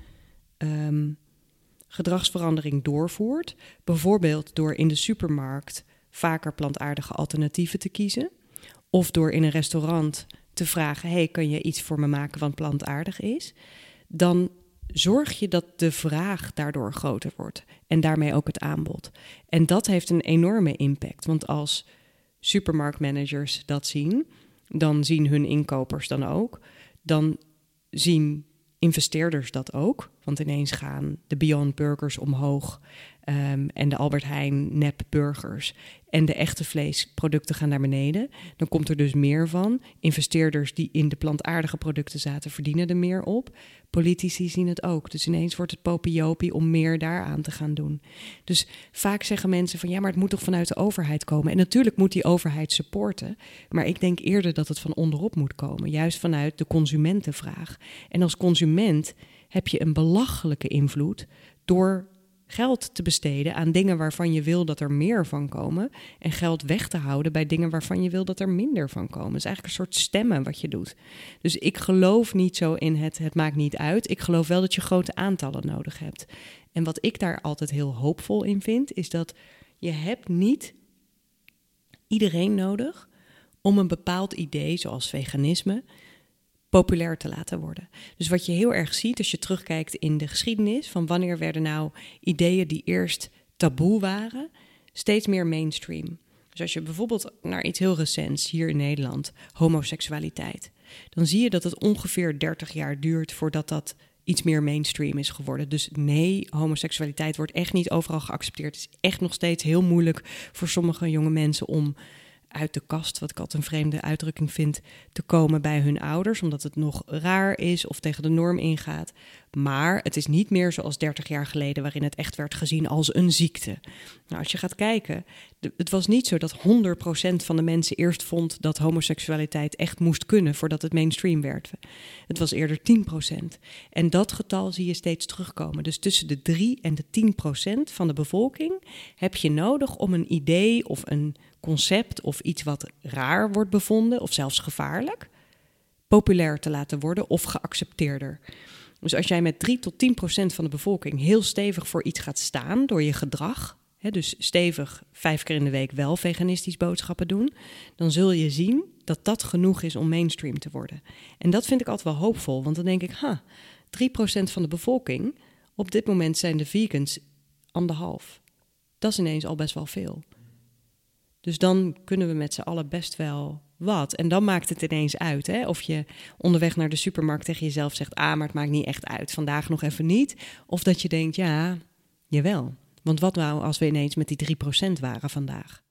gedragsverandering doorvoert, bijvoorbeeld door in de supermarkt vaker plantaardige alternatieven te kiezen, of door in een restaurant te vragen, hey, kan je iets voor me maken wat plantaardig is, dan zorg je dat de vraag daardoor groter wordt en daarmee ook het aanbod. En dat heeft een enorme impact, want als supermarktmanagers dat zien, dan zien hun inkopers dan ook, dan zien investeerders dat ook, want ineens gaan de Beyond Burgers omhoog en de Albert Heijn nep burgers en de echte vleesproducten gaan naar beneden. Dan komt er dus meer van. Investeerders die in de plantaardige producten zaten verdienen er meer op. Politici zien het ook. Dus ineens wordt het popiopie om meer daaraan te gaan doen. Dus vaak zeggen mensen van ja, maar het moet toch vanuit de overheid komen. En natuurlijk moet die overheid supporten. Maar ik denk eerder dat het van onderop moet komen. Juist vanuit de consumentenvraag. En als consument heb je een belachelijke invloed door geld te besteden aan dingen waarvan je wil dat er meer van komen en geld weg te houden bij dingen waarvan je wil dat er minder van komen. Het is eigenlijk een soort stemmen wat je doet. Dus ik geloof niet zo in het maakt niet uit. Ik geloof wel dat je grote aantallen nodig hebt. En wat ik daar altijd heel hoopvol in vind, is dat je hebt niet iedereen nodig om een bepaald idee, zoals veganisme, populair te laten worden. Dus wat je heel erg ziet als je terugkijkt in de geschiedenis, van wanneer werden nou ideeën die eerst taboe waren, steeds meer mainstream. Dus als je bijvoorbeeld naar iets heel recents hier in Nederland, homoseksualiteit, dan zie je dat het ongeveer 30 jaar duurt voordat dat iets meer mainstream is geworden. Dus nee, homoseksualiteit wordt echt niet overal geaccepteerd. Het is echt nog steeds heel moeilijk voor sommige jonge mensen om uit de kast, wat ik altijd een vreemde uitdrukking vind, te komen bij hun ouders, omdat het nog raar is of tegen de norm ingaat. Maar het is niet meer zoals 30 jaar geleden, waarin het echt werd gezien als een ziekte. Nou, als je gaat kijken, het was niet zo dat 100% van de mensen eerst vond dat homoseksualiteit echt moest kunnen voordat het mainstream werd. Het was eerder 10%. En dat getal zie je steeds terugkomen. Dus tussen de 3 en de 10% van de bevolking heb je nodig om een idee of een concept of iets wat raar wordt bevonden of zelfs gevaarlijk, populair te laten worden of geaccepteerder. Dus als jij met 3 tot 10% van de bevolking heel stevig voor iets gaat staan door je gedrag, dus stevig 5 keer in de week wel veganistisch boodschappen doen, dan zul je zien dat dat genoeg is om mainstream te worden. En dat vind ik altijd wel hoopvol, want dan denk ik, 3% van de bevolking, op dit moment zijn de vegans 1,5. Dat is ineens al best wel veel. Dus dan kunnen we met z'n allen best wel wat. En dan maakt het ineens uit. Hè? Of je onderweg naar de supermarkt tegen jezelf zegt, maar het maakt niet echt uit. Vandaag nog even niet. Of dat je denkt, ja, jawel. Want wat nou als we ineens met die 3% waren vandaag?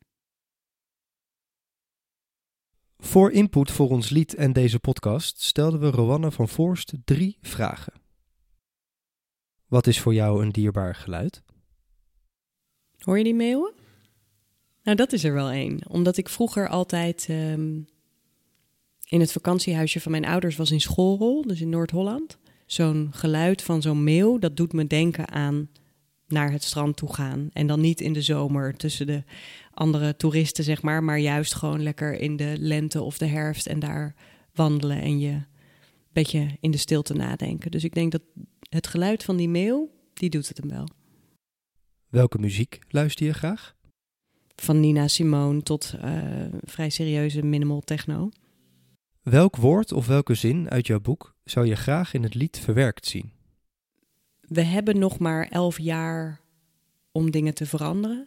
Voor input voor ons lied en deze podcast stelden we Rowanne van Voorst 3 vragen. Wat is voor jou een dierbaar geluid? Hoor je die meeuwen? Nou, dat is er wel één. Omdat ik vroeger altijd in het vakantiehuisje van mijn ouders was in Schoorl, dus in Noord-Holland. Zo'n geluid van zo'n meeuw, dat doet me denken aan naar het strand toe gaan. En dan niet in de zomer tussen de andere toeristen, zeg maar juist gewoon lekker in de lente of de herfst en daar wandelen en je een beetje in de stilte nadenken. Dus ik denk dat het geluid van die meeuw, die doet het hem wel. Welke muziek luister je graag? Van Nina Simone tot vrij serieuze minimal techno. Welk woord of welke zin uit jouw boek zou je graag in het lied verwerkt zien? We hebben nog maar 11 jaar om dingen te veranderen.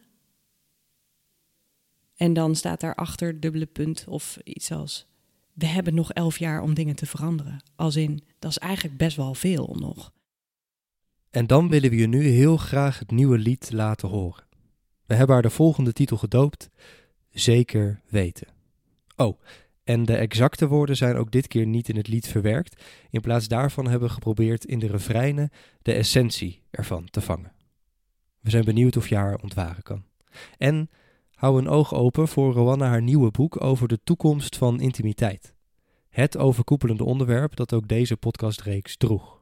En dan staat daarachter dubbele punt of iets als... We hebben nog 11 jaar om dingen te veranderen. Als in, dat is eigenlijk best wel veel nog. En dan willen we je nu heel graag het nieuwe lied laten horen. We hebben haar de volgende titel gedoopt: Zeker weten. Oh, en de exacte woorden zijn ook dit keer niet in het lied verwerkt. In plaats daarvan hebben we geprobeerd in de refreinen de essentie ervan te vangen. We zijn benieuwd of je haar ontwaren kan. En hou een oog open voor Roanna haar nieuwe boek over de toekomst van intimiteit. Het overkoepelende onderwerp dat ook deze podcastreeks droeg.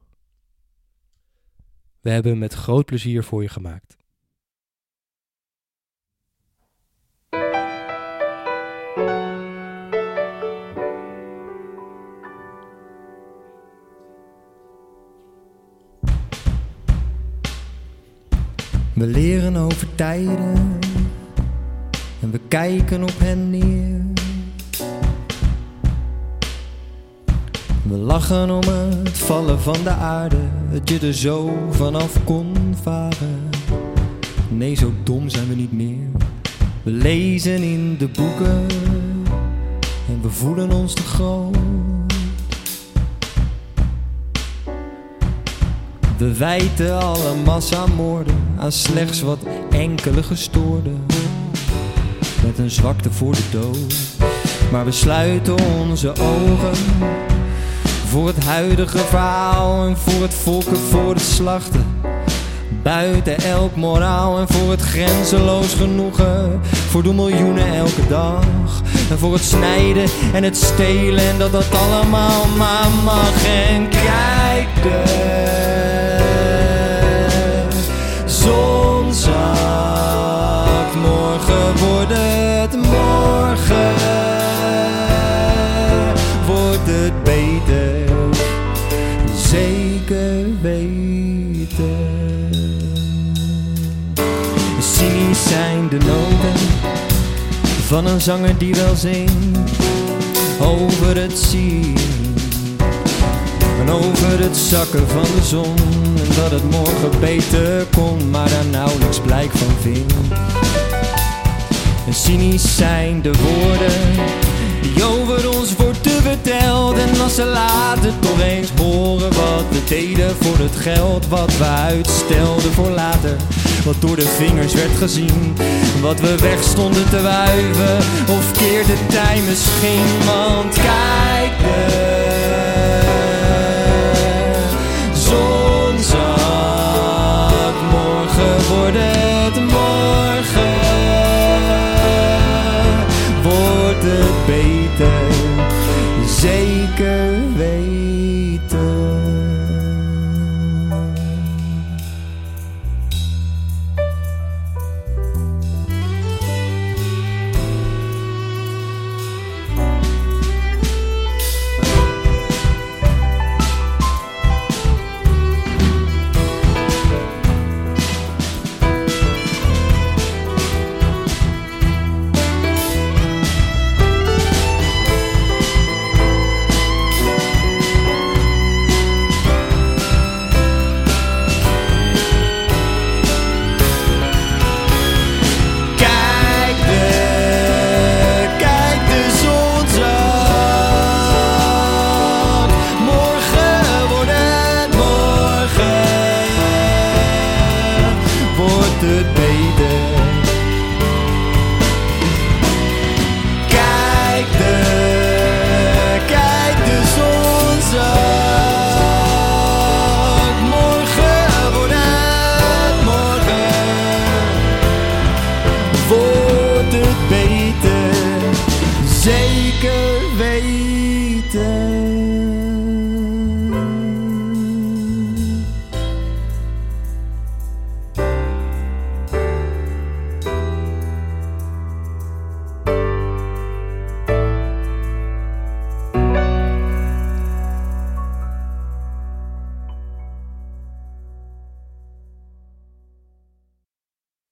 We hebben hem met groot plezier voor je gemaakt. We leren over tijden en we kijken op hen neer. We lachen om het vallen van de aarde, dat je er zo vanaf kon varen. Nee, zo dom zijn we niet meer. We lezen in de boeken en we voelen ons te groot. We wijten alle massamoorden aan slechts wat enkele gestoorden, met een zwakte voor de dood. Maar we sluiten onze ogen voor het huidige verhaal en voor het volken voor het slachten. Buiten elk moraal en voor het grenzeloos genoegen, voor de miljoenen elke dag. En voor het snijden en het stelen en dat allemaal maar mag. En kijk, zon zakt, morgen wordt het morgen, wordt het beter, zeker weten. Cynisch zijn de noten van een zanger die wel zingt over het zien en over het zakken van de zon, en dat het morgen beter kon, maar daar nauwelijks blijk van vindt. En cynisch zijn de woorden die over ons worden verteld, en als ze later toch eens horen wat we deden voor het geld, wat we uitstelden voor later, wat door de vingers werd gezien, wat we weg stonden te wuiven, of keert de tijd misschien, want kijk, zon zakt, morgen wordt het morgen, wordt het beter, zeker weten.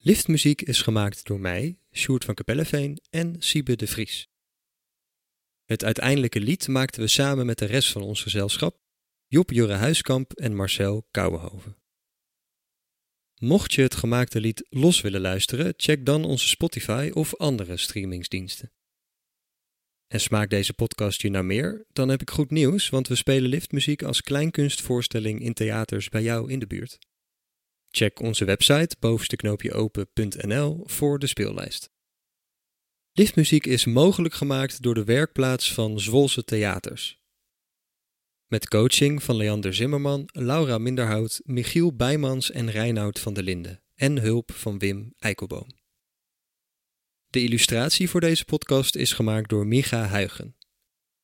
Liftmuziek is gemaakt door mij, Sjoerd van Kapelleveen en Siebe de Vries. Het uiteindelijke lied maakten we samen met de rest van ons gezelschap, Job Jurre Huiskamp en Marcel Kouwenhoven. Mocht je het gemaakte lied los willen luisteren, check dan onze Spotify of andere streamingsdiensten. En smaakt deze podcast je naar meer? Dan heb ik goed nieuws, want we spelen liftmuziek als kleinkunstvoorstelling in theaters bij jou in de buurt. Check onze website bovenste-knoopje-open.nl voor de speellijst. Liftmuziek is mogelijk gemaakt door de werkplaats van Zwolse Theaters. Met coaching van Leander Zimmerman, Laura Minderhout, Michiel Bijmans en Reinoud van der Linden en hulp van Wim Eikelboom. De illustratie voor deze podcast is gemaakt door Micha Huygen.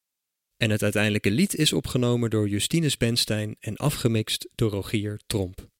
En het uiteindelijke lied is opgenomen door Justine Spenstein en afgemixt door Rogier Tromp.